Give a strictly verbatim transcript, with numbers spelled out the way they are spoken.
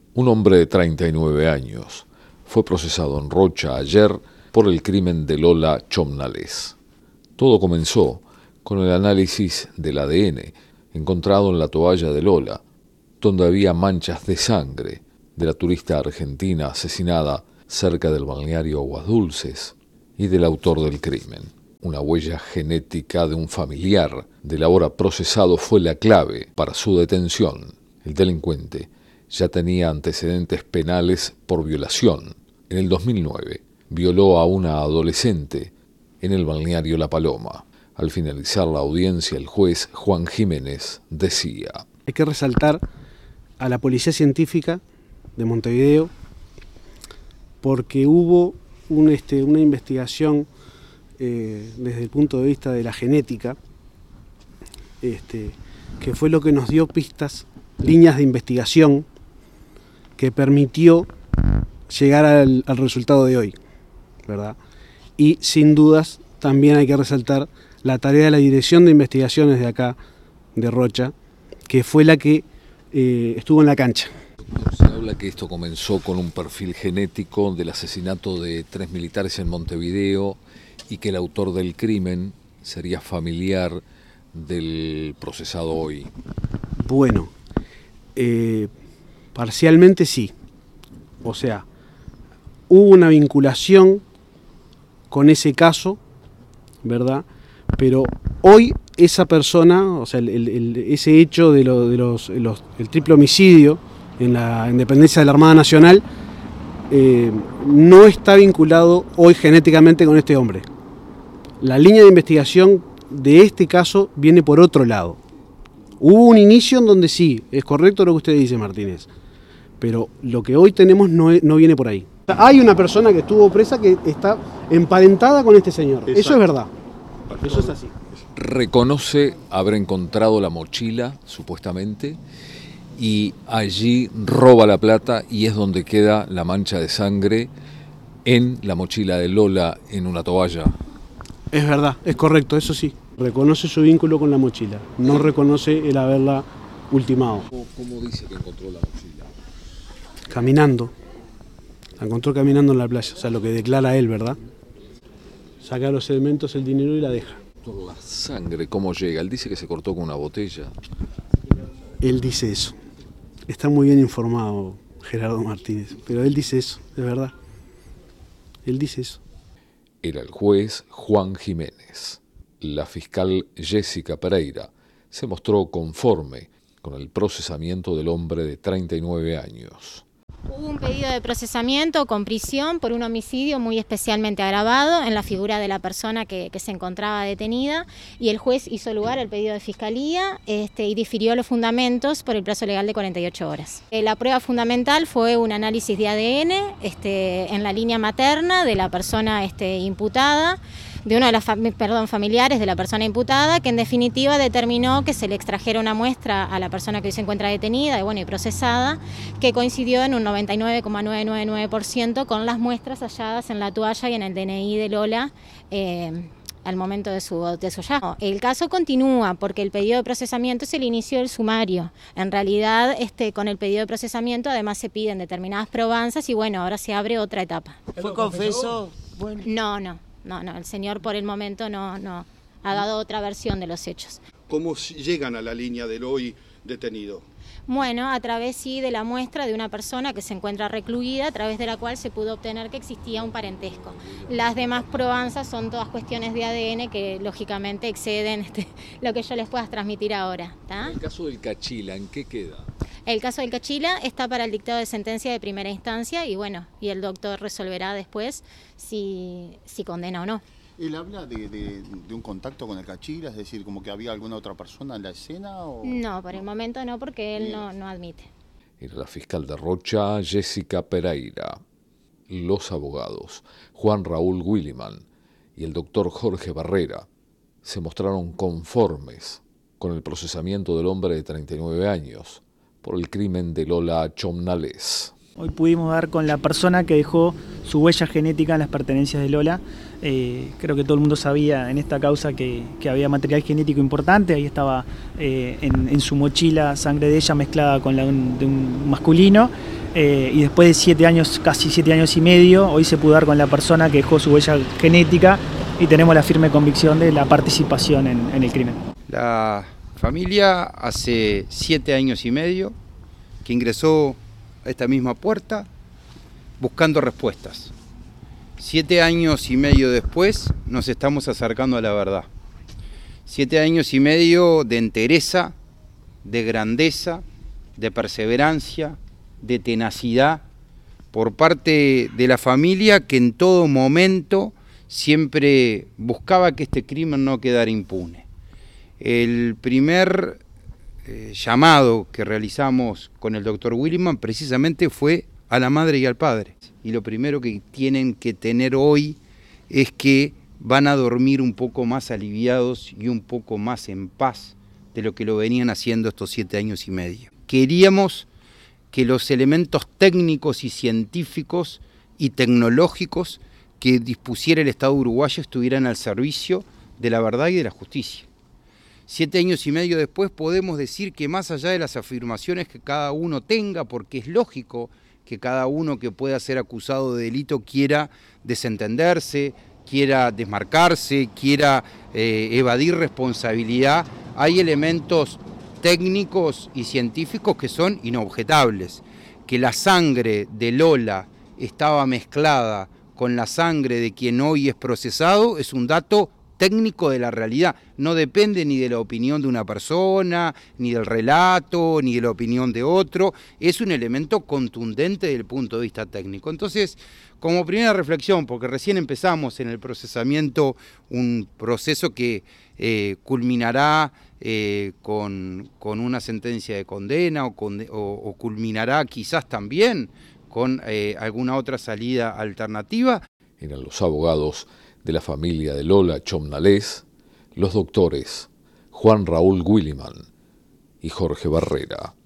Un hombre de treinta y nueve años fue procesado en Rocha ayer por el crimen de Lola Chomnales. Todo comenzó con el análisis del A D N encontrado en la toalla de Lola, donde había manchas de sangre de la turista argentina asesinada cerca del balneario Aguas Dulces y del autor del crimen. Una huella genética de un familiar del ahora procesado fue la clave para su detención. El delincuente ya tenía antecedentes penales por violación. En el dos mil nueve violó a una adolescente en el balneario La Paloma. Al finalizar la audiencia, el juez Juan Jiménez decía: hay que resaltar a la Policía Científica de Montevideo porque hubo un, este, una investigación eh, desde el punto de vista de la genética, este, que fue lo que nos dio pistas, líneas de investigación que permitió llegar al, al resultado de hoy, ¿verdad? Y sin dudas también hay que resaltar la tarea de la Dirección de Investigaciones de acá, de Rocha, que fue la que eh, estuvo en la cancha. Se habla que esto comenzó con un perfil genético del asesinato de tres militares en Montevideo y que el autor del crimen sería familiar del procesado hoy. Bueno, eh, parcialmente sí. O sea, hubo una vinculación con ese caso, ¿verdad? Pero hoy esa persona, o sea, el, el, ese hecho de, lo, de los, los, el triple homicidio en la independencia de la Armada Nacional, eh, no está vinculado hoy genéticamente con este hombre. La línea de investigación de este caso viene por otro lado. Hubo un inicio en donde sí, es correcto lo que usted dice, Martínez, pero lo que hoy tenemos no, es, no viene por ahí. Hay una persona que estuvo presa que está emparentada con este señor. Exacto. Eso es verdad. Eso es así. Reconoce haber encontrado la mochila, supuestamente, y allí roba la plata y es donde queda la mancha de sangre en la mochila de Lola en una toalla. Es verdad, es correcto, eso sí. Reconoce su vínculo con la mochila, no reconoce el haberla ultimado. ¿Cómo dice que encontró la mochila? Caminando. La encontró caminando en la playa, o sea, lo que declara él, ¿verdad? Saca los elementos, el dinero y la deja. La sangre, ¿cómo llega? Él dice que se cortó con una botella. Él dice eso. Está muy bien informado Gerardo Martínez, pero él dice eso, es verdad. Él dice eso. Era el juez Juan Jiménez. La fiscal Jessica Pereira se mostró conforme con el procesamiento del hombre de treinta y nueve años. Hubo un pedido de procesamiento con prisión por un homicidio muy especialmente agravado en la figura de la persona que, que se encontraba detenida y el juez hizo lugar al pedido de fiscalía este, y difirió los fundamentos por el plazo legal de cuarenta y ocho horas. Eh, la prueba fundamental fue un análisis de A D N este, en la línea materna de la persona este, imputada, de uno de los fam perdón, familiares de la persona imputada, que en definitiva determinó que se le extrajera una muestra a la persona que hoy se encuentra detenida y, bueno, y procesada, que coincidió en un noventa y nueve coma novecientos noventa y nueve por ciento con las muestras halladas en la toalla y en el D N I de Lola eh, al momento de su, de su hallazgo. El caso continúa porque el pedido de procesamiento es el inicio del sumario. En realidad, este, con el pedido de procesamiento además se piden determinadas probanzas y, bueno, ahora se abre otra etapa. ¿Fue confeso? Bueno. No, no. No, no, el señor por el momento no, no ha dado otra versión de los hechos. ¿Cómo llegan a la línea del hoy detenido? Bueno, a través sí de la muestra de una persona que se encuentra recluida, a través de la cual se pudo obtener que existía un parentesco. Las demás probanzas son todas cuestiones de A D N que lógicamente exceden este, lo que yo les pueda transmitir ahora. ¿tá? El caso del Cachila, ¿en qué queda? El caso del Cachila está para el dictado de sentencia de primera instancia y bueno, y el doctor resolverá después si, si condena o no. ¿Él habla de, de, de un contacto con el Cachila? Es decir, como que había alguna otra persona en la escena? O... No, por el momento no, porque él no, no admite. Era la fiscal de Rocha, Jessica Pereira. Los abogados, Juan Raúl Williman y el doctor Jorge Barrera, se mostraron conformes con el procesamiento del hombre de treinta y nueve años por el crimen de Lola Chomnales. Hoy pudimos dar con la persona que dejó su huella genética en las pertenencias de Lola. Eh, creo que todo el mundo sabía en esta causa que, que había material genético importante. Ahí estaba eh, en, en su mochila sangre de ella mezclada con la de un, de un masculino. Eh, y después de siete años, casi siete años y medio, hoy se pudo dar con la persona que dejó su huella genética y tenemos la firme convicción de la participación en, en el crimen. La familia hace siete años y medio que ingresó a esta misma puerta buscando respuestas. Siete años y medio después nos estamos acercando a la verdad. Siete años y medio de entereza, de grandeza, de perseverancia, de tenacidad por parte de la familia que en todo momento siempre buscaba que este crimen no quedara impune. El primer eh, llamado que realizamos con el doctor Williman precisamente fue a la madre y al padre. Y lo primero que tienen que tener hoy es que van a dormir un poco más aliviados y un poco más en paz de lo que lo venían haciendo estos siete años y medio. Queríamos que los elementos técnicos y científicos y tecnológicos que dispusiera el Estado uruguayo estuvieran al servicio de la verdad y de la justicia. Siete años y medio después podemos decir que más allá de las afirmaciones que cada uno tenga, porque es lógico que cada uno que pueda ser acusado de delito quiera desentenderse, quiera desmarcarse, quiera eh, evadir responsabilidad, hay elementos técnicos y científicos que son inobjetables. Que la sangre de Lola estaba mezclada con la sangre de quien hoy es procesado es un dato técnico de la realidad. No depende ni de la opinión de una persona, ni del relato, ni de la opinión de otro. Es un elemento contundente desde el punto de vista técnico. Entonces, como primera reflexión, porque recién empezamos en el procesamiento, un proceso que eh, culminará eh, con, con una sentencia de condena o, con, o, o culminará quizás también con eh, alguna otra salida alternativa. Eran los abogados de la familia de Lola Chomnales, los doctores Juan Raúl Williman y Jorge Barrera.